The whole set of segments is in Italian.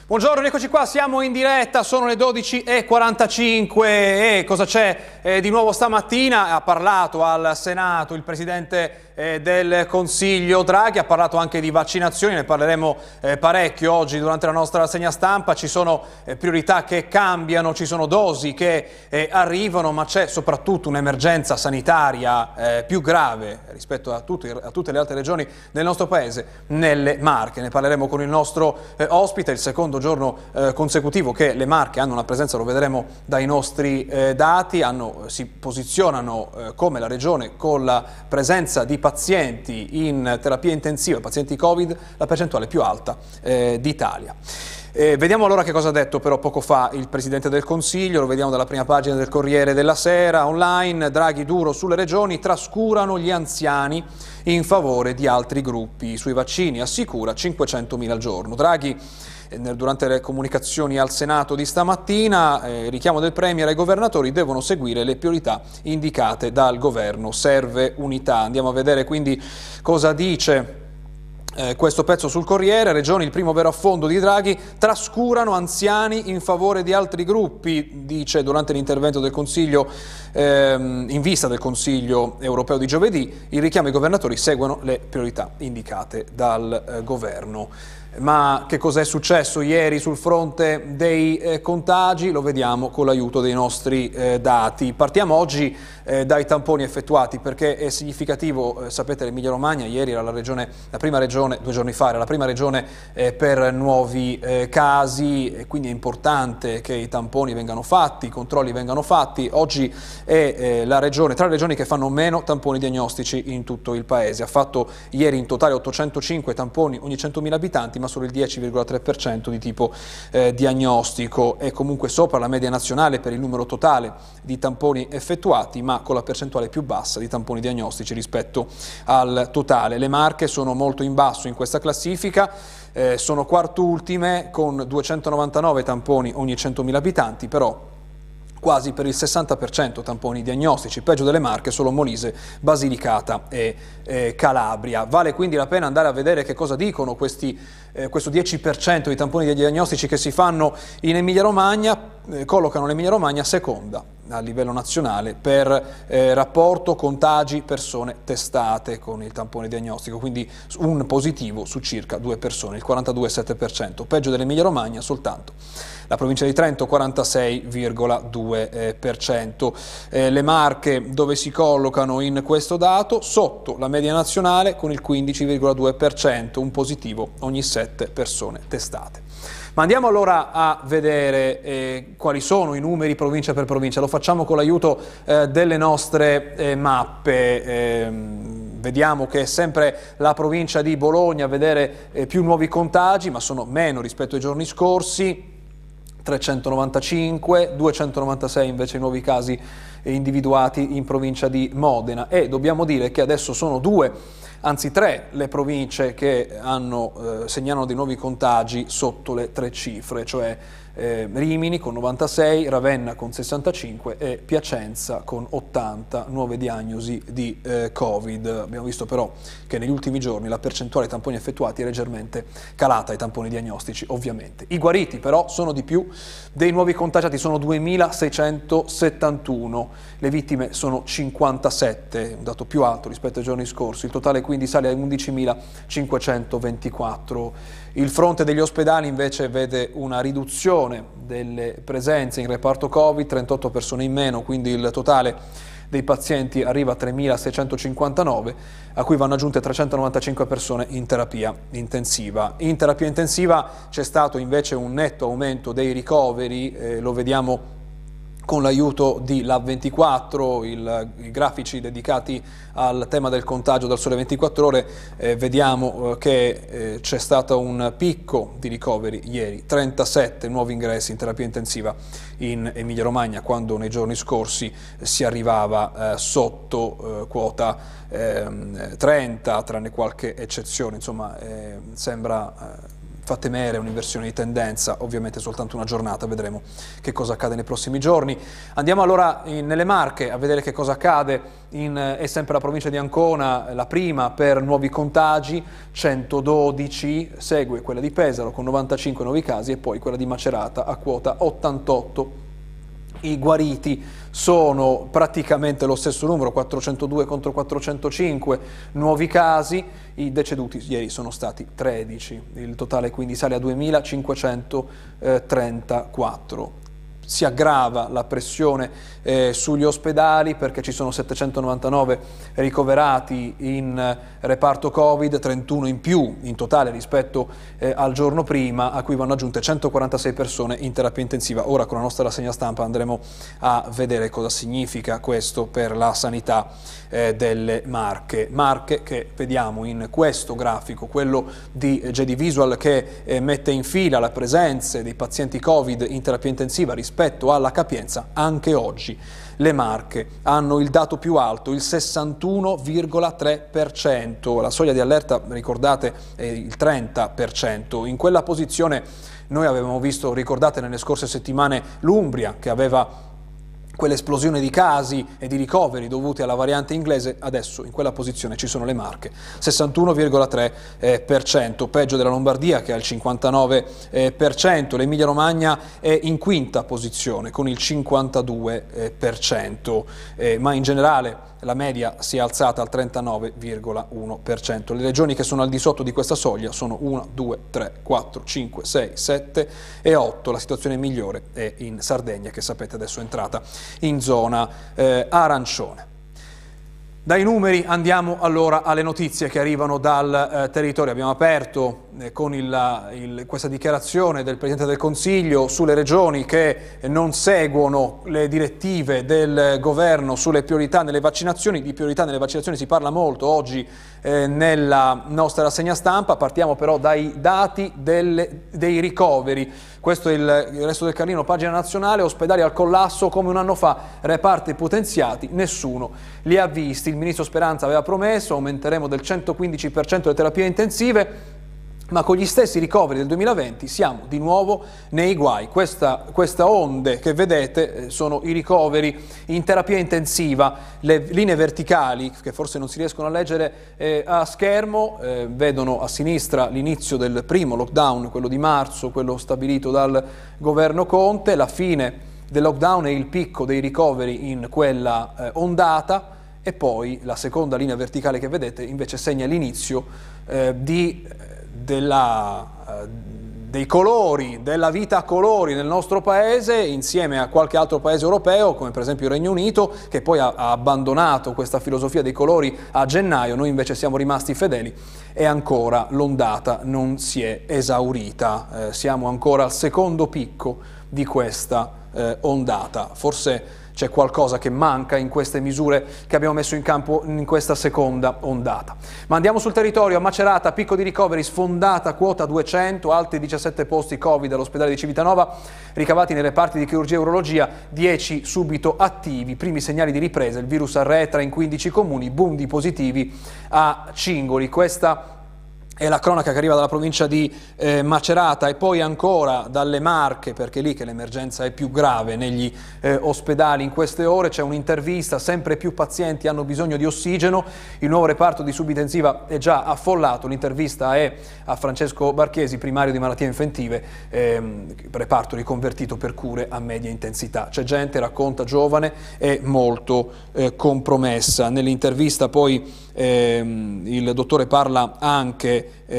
Buongiorno, eccoci qua, siamo in diretta, sono le 12:45 e cosa c'è di nuovo stamattina? Ha parlato al Senato il Presidente del Consiglio Draghi, ha parlato anche di vaccinazioni, ne parleremo parecchio oggi durante la nostra rassegna stampa. Ci sono priorità che cambiano, ci sono dosi che arrivano, ma c'è soprattutto un'emergenza sanitaria più grave rispetto a tutte le altre regioni del nostro Paese, nelle Marche. Ne parleremo con il nostro ospite, il secondo giorno consecutivo che le Marche hanno una presenza, lo vedremo dai nostri dati, si posizionano come la regione con la presenza di pazienti in terapia intensiva, pazienti Covid, la percentuale più alta d'Italia. Vediamo allora che cosa ha detto però poco fa il Presidente del Consiglio, lo vediamo dalla prima pagina del Corriere della Sera online. Draghi duro sulle regioni, trascurano gli anziani in favore di altri gruppi. Sui vaccini assicura 500.000 al giorno. Draghi durante le comunicazioni al Senato di stamattina, richiamo del Premier ai governatori, devono seguire le priorità indicate dal governo, serve unità. Andiamo a vedere quindi cosa dice questo pezzo sul Corriere. Regioni, il primo vero affondo di Draghi, trascurano anziani in favore di altri gruppi, dice durante l'intervento del Consiglio, in vista del Consiglio europeo di giovedì. Il richiamo ai governatori, seguono le priorità indicate dal governo. Ma che cosa è successo ieri sul fronte dei contagi? Lo vediamo con l'aiuto dei nostri dati. Partiamo oggi dai tamponi effettuati, perché è significativo. Sapete, l'Emilia Romagna ieri era la prima regione, 2 giorni fa, era la prima regione per nuovi casi, e quindi è importante che i tamponi vengano fatti, i controlli vengano fatti. Oggi è la regione, tra le regioni che fanno meno tamponi diagnostici in tutto il paese. Ha fatto ieri in totale 805 tamponi ogni 100.000 abitanti, ma solo il 10,3% di tipo diagnostico. È comunque sopra la media nazionale per il numero totale di tamponi effettuati, ma con la percentuale più bassa di tamponi diagnostici rispetto al totale. Le Marche sono molto in basso in questa classifica, sono quartultime con 299 tamponi ogni 100.000 abitanti, però quasi per il 60% tamponi diagnostici. Peggio delle Marche solo Molise, Basilicata e Calabria. Vale quindi la pena andare a vedere che cosa dicono questo 10% di tamponi diagnostici che si fanno in Emilia Romagna. Collocano l'Emilia Romagna seconda a livello nazionale per rapporto contagi persone testate con il tampone diagnostico, quindi un positivo su circa 2 persone, il 42,7%. Peggio dell'Emilia Romagna soltanto la provincia di Trento, 46,2%. Le Marche dove si collocano in questo dato? Sotto la media nazionale con il 15,2%, un positivo ogni 7 persone testate. Ma andiamo allora a vedere quali sono i numeri provincia per provincia. Lo facciamo con l'aiuto delle nostre mappe. Vediamo che è sempre la provincia di Bologna a vedere più nuovi contagi, ma sono meno rispetto ai giorni scorsi. 395, 296 invece i nuovi casi individuati in provincia di Modena, e dobbiamo dire che adesso sono 2, anzi 3 le province che segnalano dei nuovi contagi sotto le 3 cifre, cioè Rimini con 96, Ravenna con 65 e Piacenza con 80 nuove diagnosi di Covid. Abbiamo visto però che negli ultimi giorni la percentuale di tamponi effettuati è leggermente calata, i tamponi diagnostici ovviamente. I guariti però sono di più dei nuovi contagiati, sono 2.671, le vittime sono 57, un dato più alto rispetto ai giorni scorsi, il totale quindi sale a 11.524. Il fronte degli ospedali invece vede una riduzione delle presenze in reparto Covid, 38 persone in meno, quindi il totale dei pazienti arriva a 3.659, a cui vanno aggiunte 395 persone in terapia intensiva. In terapia intensiva c'è stato invece un netto aumento dei ricoveri, lo vediamo con l'aiuto di Lab24, i grafici dedicati al tema del contagio dal Sole 24 Ore, vediamo che c'è stato un picco di ricoveri ieri, 37 nuovi ingressi in terapia intensiva in Emilia Romagna, quando nei giorni scorsi si arrivava sotto quota 30, tranne qualche eccezione. Insomma, sembra fa temere un'inversione di tendenza, ovviamente soltanto una giornata, vedremo che cosa accade nei prossimi giorni. Andiamo allora nelle Marche a vedere che cosa accade, è sempre la provincia di Ancona, la prima per nuovi contagi, 112, segue quella di Pesaro con 95 nuovi casi e poi quella di Macerata a quota 88. I guariti sono praticamente lo stesso numero, 402 contro 405 nuovi casi, i deceduti ieri sono stati 13, il totale quindi sale a 2534. Si aggrava la pressione sugli ospedali perché ci sono 799 ricoverati in reparto Covid, 31 in più in totale rispetto al giorno prima, a cui vanno aggiunte 146 persone in terapia intensiva. Ora con la nostra rassegna stampa andremo a vedere cosa significa questo per la sanità delle Marche. Marche che vediamo in questo grafico, quello di JD Visual, che mette in fila le presenze dei pazienti Covid in terapia intensiva rispetto alla capienza. Anche oggi le Marche hanno il dato più alto, il 61,3%, la soglia di allerta, ricordate, è il 30%. In quella posizione noi avevamo visto, ricordate nelle scorse settimane, l'Umbria, che aveva quell'esplosione di casi e di ricoveri dovuti alla variante inglese. Adesso in quella posizione ci sono le Marche, 61,3%, peggio della Lombardia che ha il 59%, l'Emilia Romagna è in quinta posizione con il 52%, ma in generale la media si è alzata al 39,1%. Le regioni che sono al di sotto di questa soglia sono 1, 2, 3, 4, 5, 6, 7 e 8. La situazione migliore è in Sardegna, che sapete adesso è entrata in zona arancione. Dai numeri andiamo allora alle notizie che arrivano dal territorio. Abbiamo aperto con questa dichiarazione del Presidente del Consiglio sulle regioni che non seguono le direttive del governo sulle priorità nelle vaccinazioni. Di priorità nelle vaccinazioni si parla molto oggi nella nostra rassegna stampa. Partiamo però dai dati dei ricoveri. Questo è il Resto del Carlino, pagina nazionale. Ospedali al collasso come un anno fa, reparti potenziati, nessuno li ha visti. Il ministro Speranza aveva promesso aumenteremo del 115% le terapie intensive, ma con gli stessi ricoveri del 2020 siamo di nuovo nei guai. Questa onde che vedete sono i ricoveri in terapia intensiva, le linee verticali che forse non si riescono a leggere a schermo, vedono a sinistra l'inizio del primo lockdown, quello di marzo, quello stabilito dal governo Conte, la fine del lockdown e il picco dei ricoveri in quella ondata, e poi la seconda linea verticale che vedete invece segna l'inizio dei colori, della vita a colori nel nostro paese, insieme a qualche altro paese europeo, come per esempio il Regno Unito, che poi ha abbandonato questa filosofia dei colori a gennaio. Noi invece siamo rimasti fedeli e ancora l'ondata non si è esaurita. Siamo ancora al secondo picco di questa ondata. Forse c'è qualcosa che manca in queste misure che abbiamo messo in campo in questa seconda ondata. Ma andiamo sul territorio. A Macerata, picco di ricoveri, sfondata quota 200, altri 17 posti Covid all'ospedale di Civitanova, ricavati nei reparti di chirurgia e urologia, 10 subito attivi, primi segnali di ripresa, il virus arretra in 15 comuni, boom di positivi a Cingoli. Questa è la cronaca che arriva dalla provincia di Macerata e poi ancora dalle Marche, perché è lì che l'emergenza è più grave negli ospedali in queste ore. C'è un'intervista, sempre più pazienti hanno bisogno di ossigeno, il nuovo reparto di subintensiva è già affollato. L'intervista è a Francesco Barchesi, primario di malattie infettive, reparto riconvertito per cure a media intensità. C'è gente, racconta, giovane e molto compromessa. Nell'intervista poi il dottore parla anche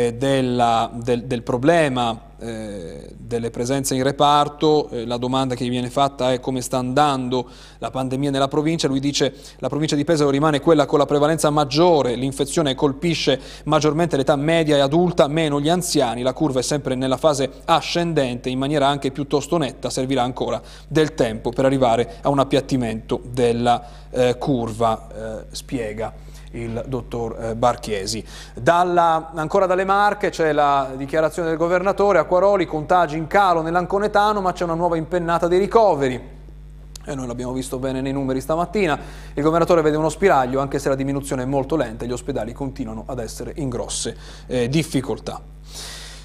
del problema delle presenze in reparto. La domanda che gli viene fatta è come sta andando la pandemia nella provincia. Lui dice: la provincia di Pesaro rimane quella con la prevalenza maggiore, l'infezione colpisce maggiormente l'età media e adulta, meno gli anziani, la curva è sempre nella fase ascendente in maniera anche piuttosto netta, servirà ancora del tempo per arrivare a un appiattimento della curva, spiega il dottor Barchesi. Ancora dalle Marche c'è la dichiarazione del governatore: Acquaroli, contagi in calo nell'Anconetano, ma c'è una nuova impennata dei ricoveri. E noi l'abbiamo visto bene nei numeri stamattina. Il governatore vede uno spiraglio, anche se la diminuzione è molto lenta e gli ospedali continuano ad essere in grosse difficoltà.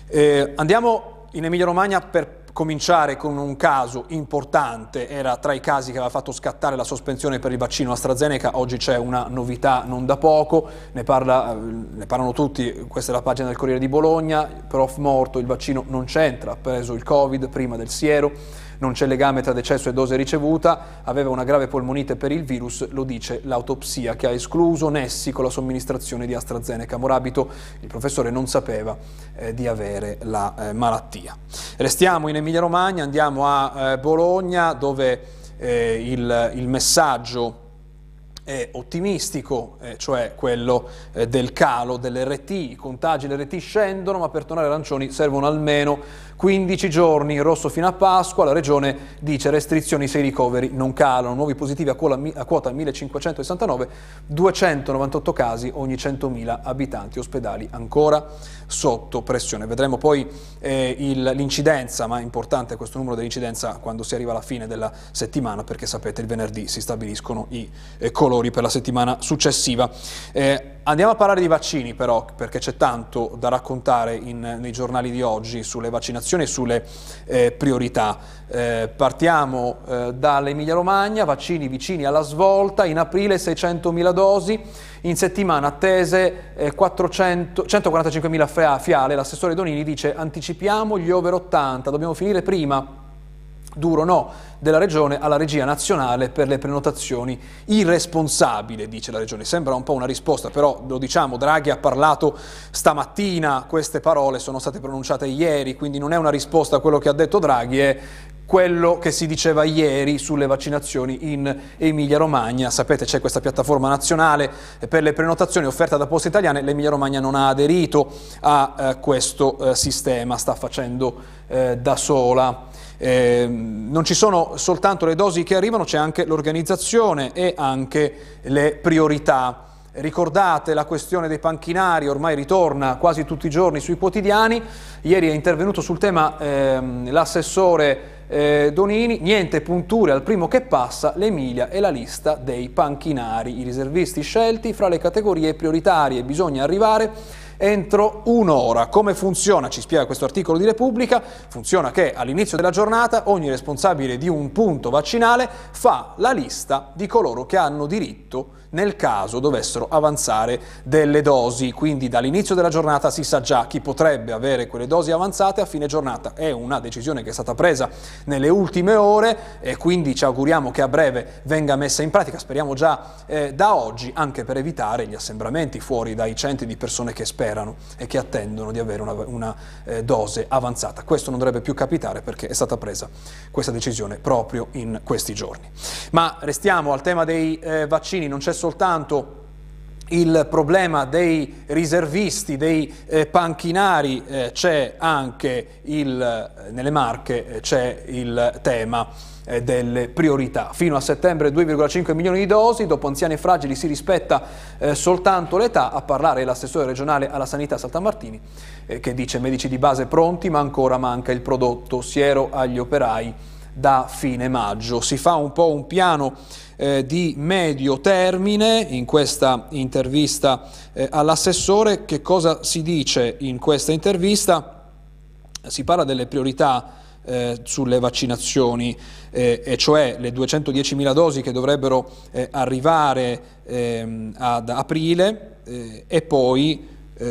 Andiamo in Emilia-Romagna per cominciare con un caso importante, era tra i casi che aveva fatto scattare la sospensione per il vaccino AstraZeneca. Oggi c'è una novità non da poco, ne parlano tutti, questa è la pagina del Corriere di Bologna, prof morto, il vaccino non c'entra, ha preso il Covid prima del siero, non c'è legame tra decesso e dose ricevuta, aveva una grave polmonite per il virus, lo dice l'autopsia che ha escluso nessi con la somministrazione di AstraZeneca. Morabito, il professore, non sapeva di avere la malattia. Restiamo in Emilia-Romagna, andiamo a Bologna, dove il messaggio è ottimistico, cioè quello del calo dell'RT. I contagi dell'RT scendono, ma per tornare arancioni servono almeno 15 giorni, in rosso fino a Pasqua. La regione dice restrizioni se i ricoveri non calano, nuovi positivi a quota 1569, 298 casi ogni 100.000 abitanti, ospedali ancora sotto pressione. Vedremo poi l'incidenza, ma è importante questo numero dell'incidenza quando si arriva alla fine della settimana, perché sapete il venerdì si stabiliscono i colori per la settimana successiva. Andiamo a parlare di vaccini però, perché c'è tanto da raccontare nei giornali di oggi sulle vaccinazioni e sulle priorità. Partiamo dall'Emilia Romagna, vaccini vicini alla svolta, in aprile 600.000 dosi, in settimana attese 145.000 fiale. L'assessore Donini dice anticipiamo gli over 80, dobbiamo finire prima. Duro no della regione alla regia nazionale per le prenotazioni. Irresponsabile, dice la regione. Sembra un po' una risposta, però lo diciamo, Draghi ha parlato stamattina, queste parole sono state pronunciate ieri, quindi non è una risposta a quello che ha detto Draghi, è quello che si diceva ieri sulle vaccinazioni in Emilia-Romagna. Sapete, c'è questa piattaforma nazionale per le prenotazioni offerta da Poste Italiane, l'Emilia-Romagna non ha aderito a questo sistema, sta facendo da sola. Non ci sono soltanto le dosi che arrivano, c'è anche l'organizzazione e anche le priorità. Ricordate la questione dei panchinari, ormai ritorna quasi tutti i giorni sui quotidiani. Ieri è intervenuto sul tema l'assessore Donini, niente punture al primo che passa, l'Emilia e la lista dei panchinari, i riservisti scelti fra le categorie prioritarie, bisogna arrivare entro un'ora. Come funziona? Ci spiega questo articolo di Repubblica. Funziona che all'inizio della giornata ogni responsabile di un punto vaccinale fa la lista di coloro che hanno diritto nel caso dovessero avanzare delle dosi, quindi dall'inizio della giornata si sa già chi potrebbe avere quelle dosi avanzate a fine giornata. È una decisione che è stata presa nelle ultime ore e quindi ci auguriamo che a breve venga messa in pratica, speriamo già da oggi, anche per evitare gli assembramenti fuori dai centri di persone che sperano e che attendono di avere una dose avanzata. Questo non dovrebbe più capitare perché è stata presa questa decisione proprio in questi giorni. Ma restiamo al tema dei vaccini, non c'è soltanto il problema dei riservisti, dei panchinari, c'è anche nelle Marche c'è il tema delle priorità. Fino a settembre 2,5 milioni di dosi, dopo anziani e fragili si rispetta soltanto l'età. A parlare l'assessore regionale alla sanità Saltamartini, che dice medici di base pronti ma ancora manca il prodotto, siero agli operai da fine maggio. Si fa un po' un piano di medio termine in questa intervista all'assessore. Che cosa si dice in questa intervista? Si parla delle priorità sulle vaccinazioni, e cioè le 210.000 dosi che dovrebbero arrivare ad aprile e poi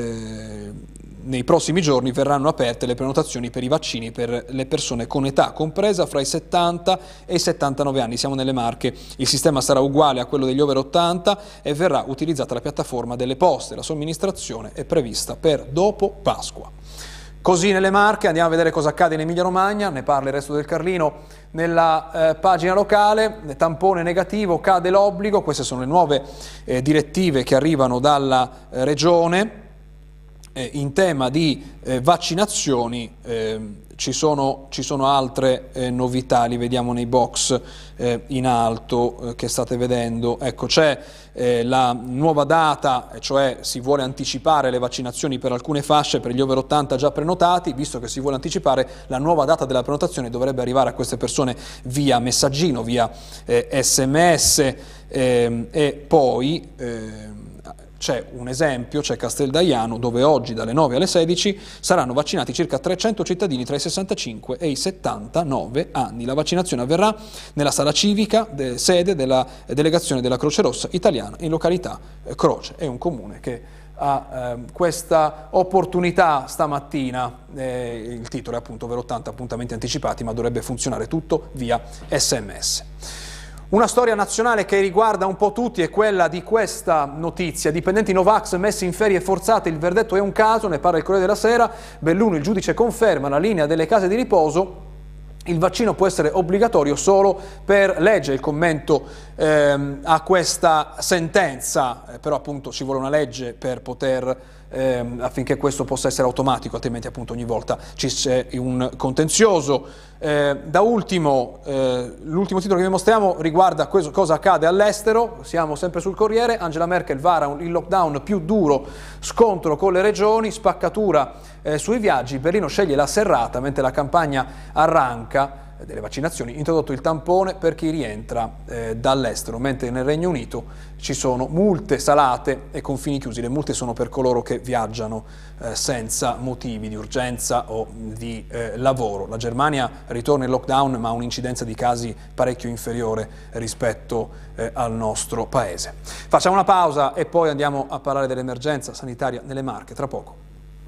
nei prossimi giorni verranno aperte le prenotazioni per i vaccini per le persone con età compresa fra i 70 e i 79 anni. Siamo nelle Marche, il sistema sarà uguale a quello degli over 80 e verrà utilizzata la piattaforma delle poste. La somministrazione è prevista per dopo Pasqua. Così nelle Marche. Andiamo a vedere cosa accade in Emilia Romagna, ne parla il Resto del Carlino nella pagina locale. Tampone negativo, cade l'obbligo, queste sono le nuove direttive che arrivano dalla regione. In tema di vaccinazioni ci sono altre novità, li vediamo nei box in alto che state vedendo. Ecco, c'è la nuova data, cioè si vuole anticipare le vaccinazioni per alcune fasce, per gli over 80 già prenotati. Visto che si vuole anticipare, la nuova data della prenotazione dovrebbe arrivare a queste persone via messaggino, via SMS e poi C'è un esempio, c'è Casteldaiano, dove oggi dalle 9 alle 16 saranno vaccinati circa 300 cittadini tra i 65 e i 79 anni. La vaccinazione avverrà nella sala civica, sede della delegazione della Croce Rossa italiana in località Croce. È un comune che ha questa opportunità stamattina, il titolo è appunto over 80 appuntamenti anticipati, ma dovrebbe funzionare tutto via SMS. Una storia nazionale che riguarda un po' tutti è quella di questa notizia: dipendenti Novax messi in ferie forzate, il verdetto è un caso, ne parla il Corriere della Sera. Belluno, il giudice conferma la linea delle case di riposo. Il vaccino può essere obbligatorio solo per legge. Il commento a questa sentenza, però appunto ci vuole una legge per poter affinché questo possa essere automatico, altrimenti appunto ogni volta ci c'è un contenzioso. Da ultimo, l'ultimo titolo che vi mostriamo riguarda cosa accade all'estero. Siamo sempre sul Corriere. Angela Merkel vara il lockdown più duro, scontro con le regioni, spaccatura sui viaggi. Berlino sceglie la serrata mentre la campagna arranca delle vaccinazioni, introdotto il tampone per chi rientra dall'estero, mentre nel Regno Unito ci sono multe salate e confini chiusi. Le multe sono per coloro che viaggiano senza motivi di urgenza o di lavoro. La Germania ritorna in lockdown, ma ha un'incidenza di casi parecchio inferiore rispetto al nostro paese. Facciamo una pausa e poi andiamo a parlare dell'emergenza sanitaria nelle Marche tra poco.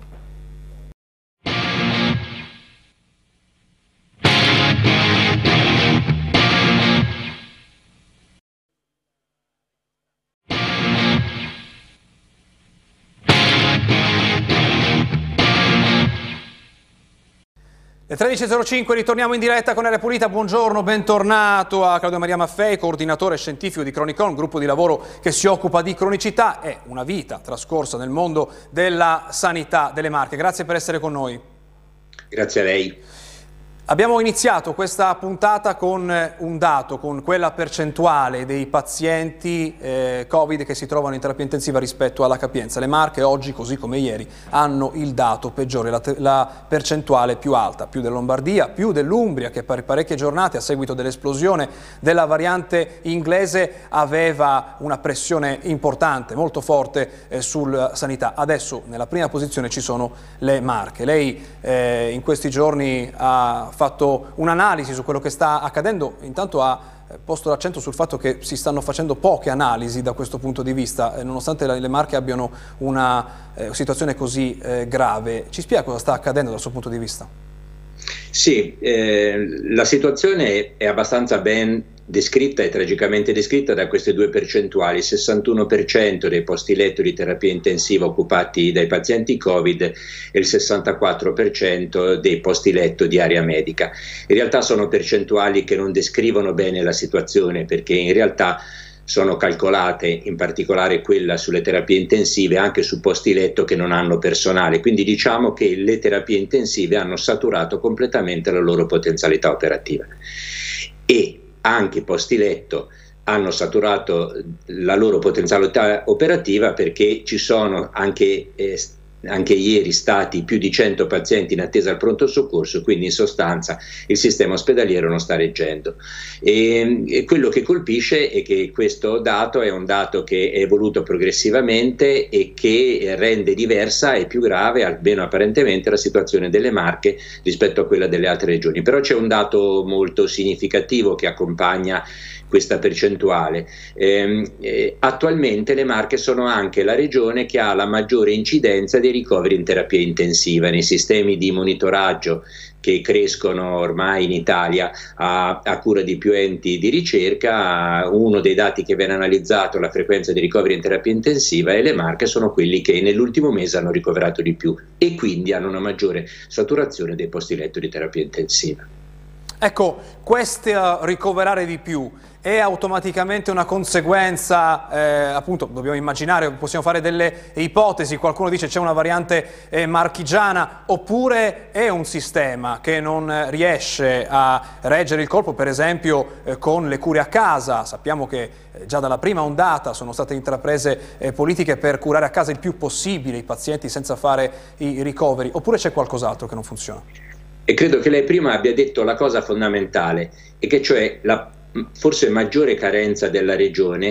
Le 13.05, ritorniamo in diretta con Aria Pulita. Buongiorno, bentornato a Claudio Maria Maffei, coordinatore scientifico di Chronicon, gruppo di lavoro che si occupa di cronicità e una vita trascorsa nel mondo della sanità delle Marche. Grazie per essere con noi. Grazie a lei. Abbiamo iniziato questa puntata con un dato, con quella percentuale dei pazienti Covid che si trovano in terapia intensiva rispetto alla capienza. Le Marche oggi, così come ieri, hanno il dato peggiore, la percentuale più alta, più della Lombardia, più dell'Umbria, che per parecchie giornate a seguito dell'esplosione della variante inglese aveva una pressione importante, molto forte sulla sanità. Adesso nella prima posizione ci sono le Marche. Lei in questi giorni ha fatto un'analisi su quello che sta accadendo. Intanto ha posto l'accento sul fatto che si stanno facendo poche analisi da questo punto di vista, nonostante le Marche abbiano una situazione così grave. Ci spiega cosa sta accadendo dal suo punto di vista? Sì, la situazione è abbastanza ben descritta e tragicamente descritta da queste due percentuali: il 61% dei posti letto di terapia intensiva occupati dai pazienti Covid e il 64% dei posti letto di area medica. In realtà sono percentuali che non descrivono bene la situazione, perché in realtà sono calcolate, in particolare quella sulle terapie intensive, anche su posti letto che non hanno personale. Quindi diciamo che le terapie intensive hanno saturato completamente la loro potenzialità operativa, e anche i posti letto hanno saturato la loro potenzialità operativa, perché ci sono anche ieri stati più di 100 pazienti in attesa al pronto soccorso, quindi in sostanza il sistema ospedaliero non sta reggendo. E quello che colpisce è che questo dato è un dato che è evoluto progressivamente e che rende diversa e più grave, almeno apparentemente, la situazione delle Marche rispetto a quella delle altre regioni. Però c'è un dato molto significativo che accompagna questa percentuale. Attualmente le Marche sono anche la regione che ha la maggiore incidenza dei ricoveri in terapia intensiva. Nei sistemi di monitoraggio che crescono ormai in Italia a cura di più enti di ricerca, uno dei dati che viene analizzato è la frequenza di ricoveri in terapia intensiva, e le Marche sono quelli che nell'ultimo mese hanno ricoverato di più e quindi hanno una maggiore saturazione dei posti letto di terapia intensiva. Ecco, questo ricoverare di più è automaticamente una conseguenza, appunto dobbiamo immaginare, possiamo fare delle ipotesi, qualcuno dice c'è una variante marchigiana, oppure è un sistema che non riesce a reggere il colpo, per esempio con le cure a casa. Sappiamo che già dalla prima ondata sono state intraprese politiche per curare a casa il più possibile i pazienti senza fare i ricoveri, oppure c'è qualcos'altro che non funziona? E credo che lei prima abbia detto la cosa fondamentale, e che cioè la forse maggiore carenza della regione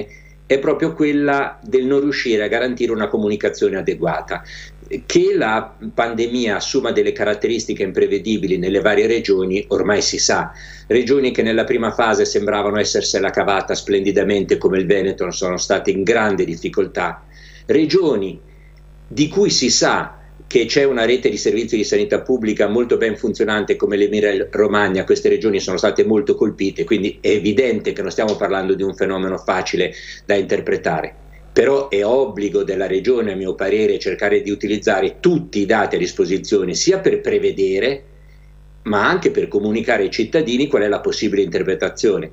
è proprio quella del non riuscire a garantire una comunicazione adeguata. Che la pandemia assuma delle caratteristiche imprevedibili nelle varie regioni ormai si sa. Regioni che nella prima fase sembravano essersela cavata splendidamente come il Veneto sono state in grande difficoltà. Regioni di cui si sa che c'è una rete di servizi di sanità pubblica molto ben funzionante come l'Emilia Romagna, queste regioni sono state molto colpite, quindi è evidente che non stiamo parlando di un fenomeno facile da interpretare. Però è obbligo della regione, a mio parere, cercare di utilizzare tutti i dati a disposizione, sia per prevedere, ma anche per comunicare ai cittadini qual è la possibile interpretazione.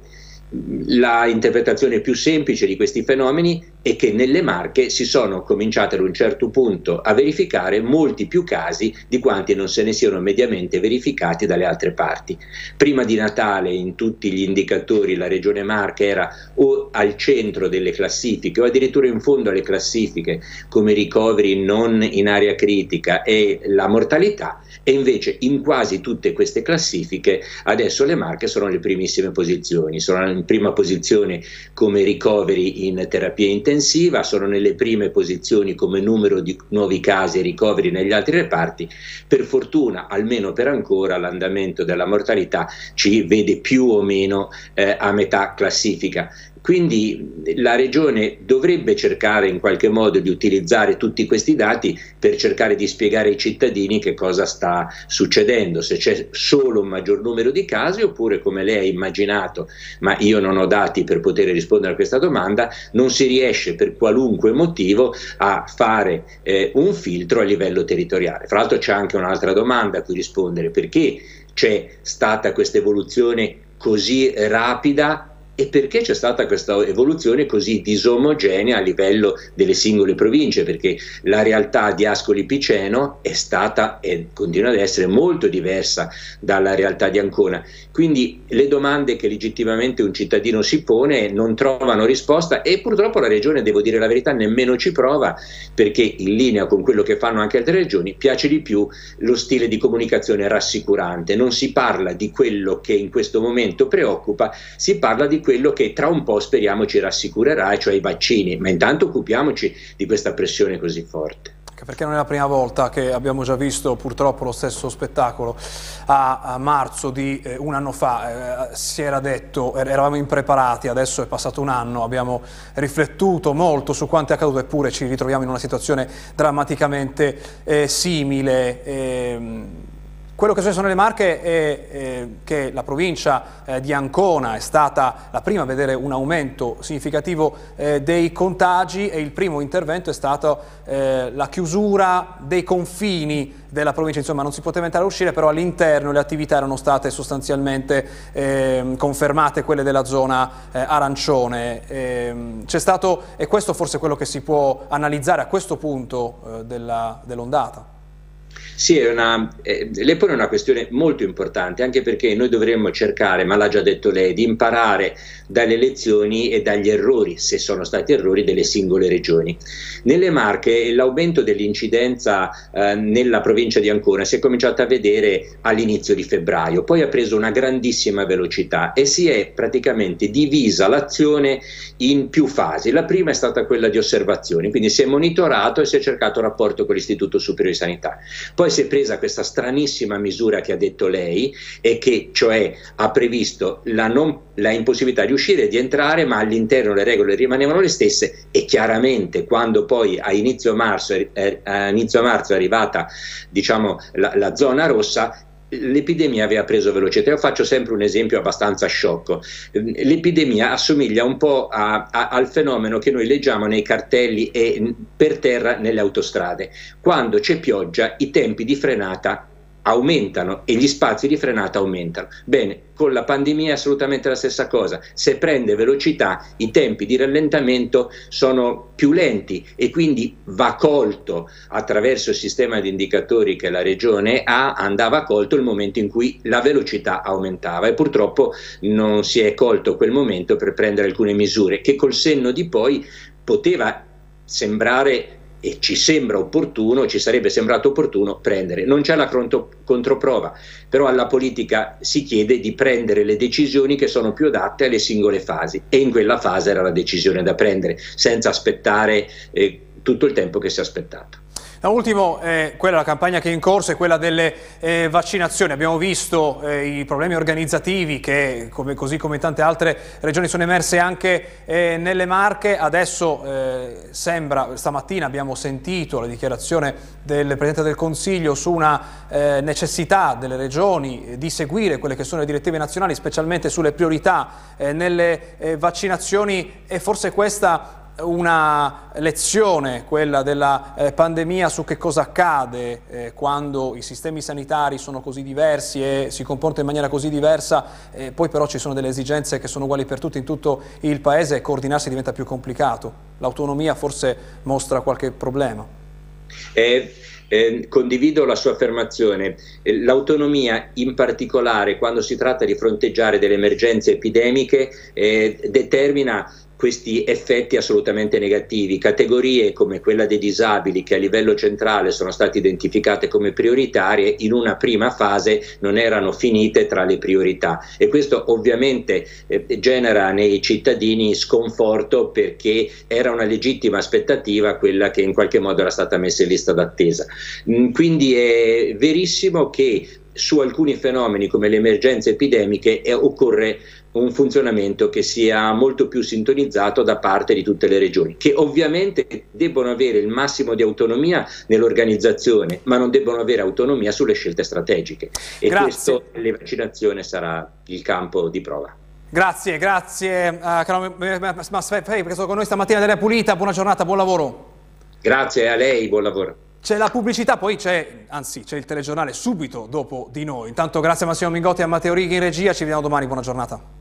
La interpretazione più semplice di questi fenomeni è che nelle Marche si sono cominciati ad un certo punto a verificare molti più casi di quanti non se ne siano mediamente verificati dalle altre parti. Prima di Natale in tutti gli indicatori la regione Marche era o al centro delle classifiche o addirittura in fondo alle classifiche come ricoveri non in area critica e la mortalità, e invece in quasi tutte queste classifiche adesso le Marche sono alle primissime posizioni, sono in prima posizione come ricoveri in terapia intensiva, sono nelle prime posizioni come numero di nuovi casi e ricoveri negli altri reparti. Per fortuna, almeno per ancora, l'andamento della mortalità ci vede più o meno a metà classifica. Quindi la Regione dovrebbe cercare in qualche modo di utilizzare tutti questi dati per cercare di spiegare ai cittadini che cosa sta succedendo, se c'è solo un maggior numero di casi oppure, come lei ha immaginato, ma io non ho dati per poter rispondere a questa domanda, non si riesce per qualunque motivo a fare un filtro a livello territoriale. Fra l'altro c'è anche un'altra domanda a cui rispondere: perché c'è stata questa evoluzione così rapida e perché c'è stata questa evoluzione così disomogenea a livello delle singole province? Perché la realtà di Ascoli Piceno è stata e continua ad essere molto diversa dalla realtà di Ancona. Quindi le domande che legittimamente un cittadino si pone non trovano risposta, e purtroppo la Regione, devo dire la verità, nemmeno ci prova, perché in linea con quello che fanno anche altre regioni piace di più lo stile di comunicazione rassicurante. Non si parla di quello che in questo momento preoccupa, si parla di quello che tra un po' speriamo ci rassicurerà, cioè i vaccini, ma intanto occupiamoci di questa pressione così forte. Anche perché non è la prima volta che abbiamo già visto purtroppo lo stesso spettacolo. A marzo di un anno fa si era detto, eravamo impreparati, adesso è passato un anno, abbiamo riflettuto molto su quanto è accaduto, eppure ci ritroviamo in una situazione drammaticamente simile. Quello che è successo nelle Marche è che la provincia di Ancona è stata la prima a vedere un aumento significativo dei contagi, e il primo intervento è stato la chiusura dei confini della provincia. Insomma, non si poteva entrare e uscire, però all'interno le attività erano state sostanzialmente confermate, quelle della zona arancione. C'è stato, e questo forse è quello che si può analizzare a questo punto dell'ondata. Sì, lei pone una questione molto importante, anche perché noi dovremmo cercare, ma l'ha già detto lei, di imparare dalle lezioni e dagli errori, se sono stati errori, delle singole regioni. Nelle Marche l'aumento dell'incidenza nella provincia di Ancona si è cominciato a vedere all'inizio di febbraio, poi ha preso una grandissima velocità e si è praticamente divisa l'azione in più fasi. La prima è stata quella di osservazione, quindi si è monitorato e si è cercato un rapporto con l'Istituto Superiore di Sanità. Poi si è presa questa stranissima misura che ha detto lei, e che cioè ha previsto la impossibilità di uscire e di entrare, ma all'interno le regole rimanevano le stesse, e chiaramente quando poi a inizio marzo è arrivata, diciamo, la zona rossa, l'epidemia aveva preso velocità. Io faccio sempre un esempio abbastanza sciocco. L'epidemia assomiglia un po' al fenomeno che noi leggiamo nei cartelli e per terra nelle autostrade. Quando c'è pioggia i tempi di frenata aumentano e gli spazi di frenata aumentano. Bene, con la pandemia è assolutamente la stessa cosa. Se prende velocità, i tempi di rallentamento sono più lenti, e quindi va colto attraverso il sistema di indicatori che la Regione andava colto il momento in cui la velocità aumentava, e purtroppo non si è colto quel momento per prendere alcune misure che col senno di poi poteva sembrare e ci sembra opportuno, ci sarebbe sembrato opportuno prendere. Non c'è la controprova, però alla politica si chiede di prendere le decisioni che sono più adatte alle singole fasi, e in quella fase era la decisione da prendere, senza aspettare tutto il tempo che si è aspettato. Da ultimo, quella è la campagna che è in corso, è quella delle vaccinazioni. Abbiamo visto i problemi organizzativi che, così come in tante altre regioni, sono emerse anche nelle Marche. Adesso sembra, stamattina abbiamo sentito la dichiarazione del Presidente del Consiglio su una necessità delle regioni di seguire quelle che sono le direttive nazionali, specialmente sulle priorità nelle vaccinazioni, e forse questa una lezione, quella della pandemia, su che cosa accade quando i sistemi sanitari sono così diversi e si comportano in maniera così diversa, poi però ci sono delle esigenze che sono uguali per tutti in tutto il paese e coordinarsi diventa più complicato. L'autonomia forse mostra qualche problema. Condivido la sua affermazione. L'autonomia, in particolare quando si tratta di fronteggiare delle emergenze epidemiche, determina questi effetti assolutamente negativi. Categorie come quella dei disabili, che a livello centrale sono state identificate come prioritarie, in una prima fase non erano finite tra le priorità, e questo ovviamente genera nei cittadini sconforto, perché era una legittima aspettativa quella che in qualche modo era stata messa in lista d'attesa. Quindi è verissimo che su alcuni fenomeni come le emergenze epidemiche occorre un funzionamento che sia molto più sintonizzato da parte di tutte le regioni, che ovviamente debbono avere il massimo di autonomia nell'organizzazione, ma non debbono avere autonomia sulle scelte strategiche, e questo, le vaccinazioni, sarà il campo di prova. Grazie, caro Massfei, per essere con noi stamattina dell'Aria Pulita. Buona giornata, buon lavoro. Grazie a lei, buon lavoro. C'è la pubblicità, poi c'è il telegiornale subito dopo di noi. Intanto grazie a Massimo Mingotti e a Matteo Righi in regia, ci vediamo domani, buona giornata.